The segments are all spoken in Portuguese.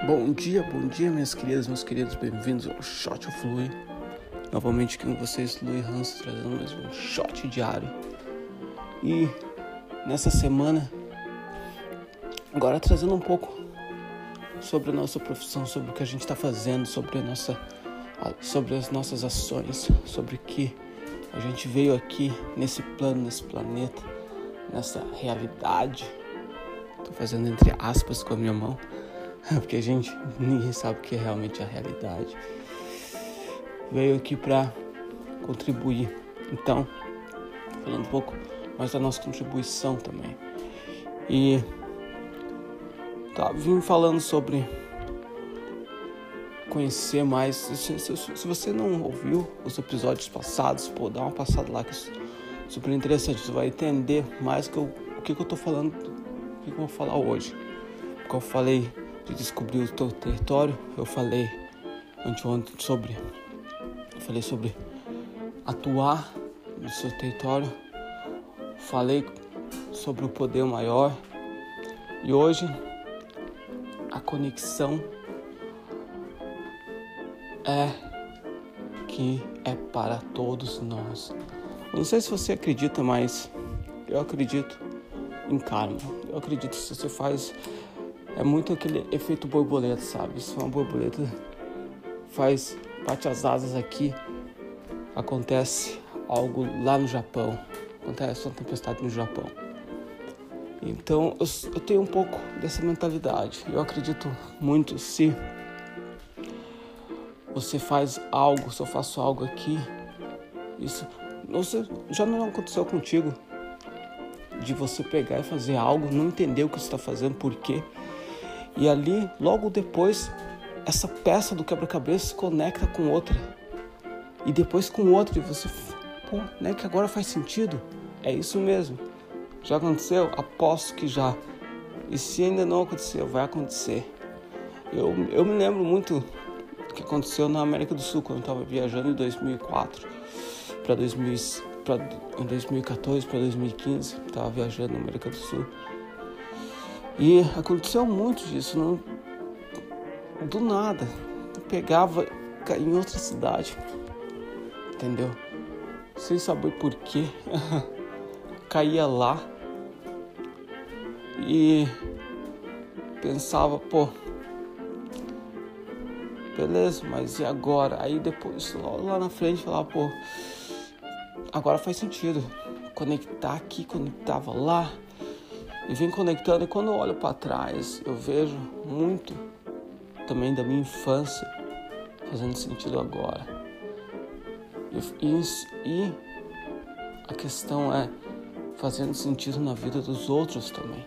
Bom dia, minhas queridas, meus queridos, bem-vindos ao Shot of Lui. Novamente aqui com vocês, Lui Hans, trazendo mais um shot diário. E nessa semana, agora trazendo um pouco sobre a nossa profissão, sobre o que a gente está fazendo, sobre as nossas ações, sobre o que a gente veio aqui nesse plano, nesse planeta, nessa realidade. Estou fazendo entre aspas com a minha mão, porque ninguém sabe o que é realmente a realidade. Veio aqui para contribuir. Então, falando um pouco mais da nossa contribuição também. E vim falando sobre conhecer mais. Se você não ouviu os episódios passados, dá uma passada lá, que é super interessante. Você vai entender mais o que eu tô falando, o que eu vou falar hoje. Porque eu falei de descobrir o teu território, eu falei anteontem sobre atuar no seu território, falei sobre o poder maior, e hoje a conexão é para todos nós. Eu não sei se você acredita, mas eu acredito em karma. Eu acredito que se você faz, é muito aquele efeito borboleta, sabe? Se uma borboleta bate as asas aqui, acontece algo lá no Japão, acontece uma tempestade no Japão. Então eu tenho um pouco dessa mentalidade. Eu acredito muito, se você faz algo, se eu faço algo aqui, isso já não aconteceu contigo, de você pegar e fazer algo, não entender o que você está fazendo, por quê, e ali, logo depois, essa peça do quebra-cabeça se conecta com outra, e depois com outra, e você, né, que agora faz sentido. É isso mesmo. Já aconteceu? Aposto que já. E se ainda não aconteceu, vai acontecer. Eu me lembro muito do que aconteceu na América do Sul, quando eu estava viajando em 2014 para 2015, estava viajando na América do Sul. E aconteceu muito disso, do nada. Eu pegava, caía em outra cidade, entendeu? Sem saber por quê. Caía lá e pensava, beleza, mas e agora? Aí depois, lá na frente, falava, agora faz sentido conectar aqui, conectava lá, e vim conectando. E quando eu olho para trás, eu vejo muito também da minha infância fazendo sentido agora. E a questão é fazendo sentido na vida dos outros também.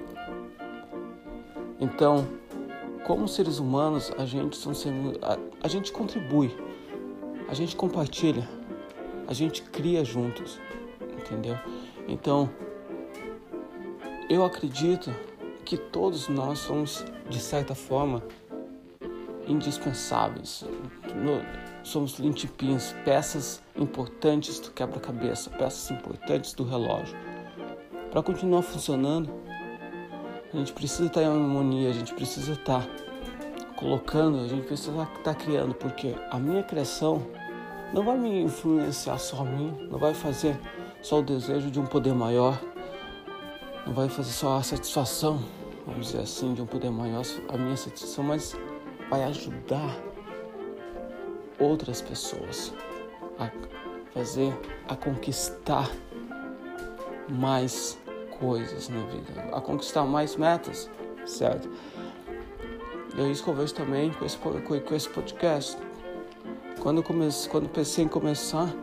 Então, como seres humanos, a gente contribui, a gente compartilha, a gente cria juntos, entendeu? Então, eu acredito que todos nós somos, de certa forma, indispensáveis. Somos linchpins, peças importantes do quebra-cabeça, peças importantes do relógio. Para continuar funcionando, a gente precisa estar em harmonia, a gente precisa estar colocando, a gente precisa estar criando, porque a minha criação não vai me influenciar só a mim, não vai fazer só o desejo de um poder maior, não vai fazer só a satisfação, vamos dizer assim, de um poder maior, a minha satisfação, mas vai ajudar outras pessoas a conquistar mais coisas na vida, a conquistar mais metas, certo? E é isso que eu vejo também com esse podcast. Quando pensei em começar,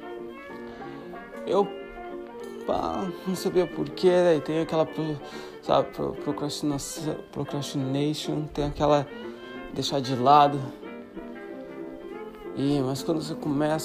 eu não sabia porquê, né? Tem aquela, procrastination, tem aquela deixar de lado. Mas quando você começa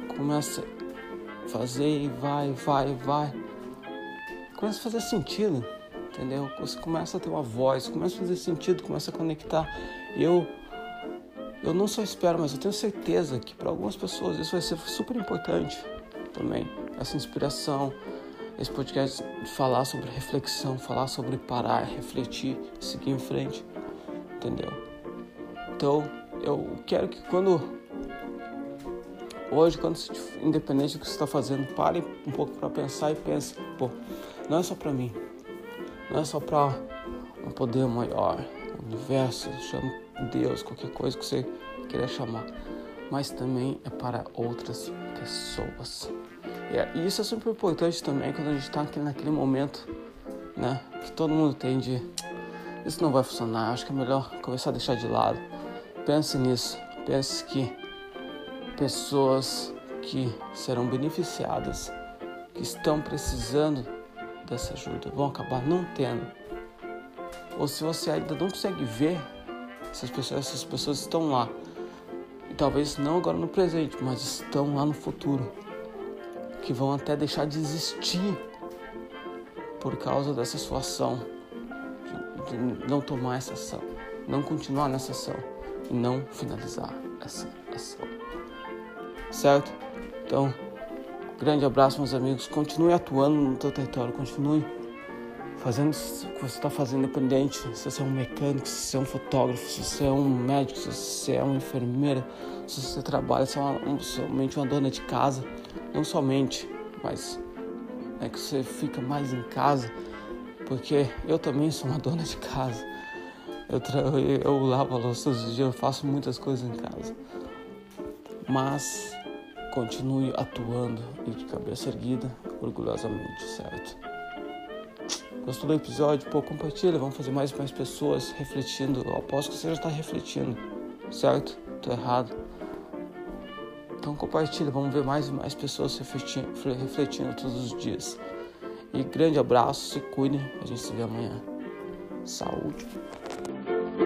a fazer e vai, começa a fazer sentido, entendeu? Você começa a ter uma voz, começa a fazer sentido, começa a conectar. Eu não só espero, mas eu tenho certeza que para algumas pessoas isso vai ser super importante também. Essa inspiração, esse podcast de falar sobre reflexão, falar sobre parar, refletir, seguir em frente, entendeu? Então, eu quero que hoje, independente do que você está fazendo, pare um pouco para pensar e pense, não é só para mim, não é só para um poder maior, o universo, chama Deus, qualquer coisa que você queira chamar, mas também é para outras pessoas. E isso é super importante também quando a gente está naquele momento, né, que todo mundo tem de isso não vai funcionar, acho que é melhor começar a deixar de lado. Pense nisso, pense que pessoas que serão beneficiadas, que estão precisando dessa ajuda, vão acabar não tendo. Ou se você ainda não consegue ver, essas pessoas estão lá. E talvez não agora no presente, mas estão lá no futuro. Que vão até deixar de existir por causa dessa sua ação. De não tomar essa ação, não continuar nessa ação e não finalizar essa ação. Certo? Então, grande abraço, meus amigos. Continue atuando no teu território, continue fazendo o que você está fazendo, independente se você é um mecânico, se você é um fotógrafo, se você é um médico, se você é uma enfermeira, se você trabalha, se é somente uma dona de casa, não somente, mas é que você fica mais em casa, porque eu também sou uma dona de casa. Eu lavo a louça todos os dias, eu faço muitas coisas em casa. Mas continue atuando e de cabeça erguida, orgulhosamente, certo? Gostou do episódio? Compartilha, vamos fazer mais pessoas refletindo. Eu aposto que você já está refletindo, certo? Tô errado. Então compartilha, vamos ver mais e mais pessoas refletindo todos os dias. E grande abraço, se cuidem, a gente se vê amanhã. Saúde!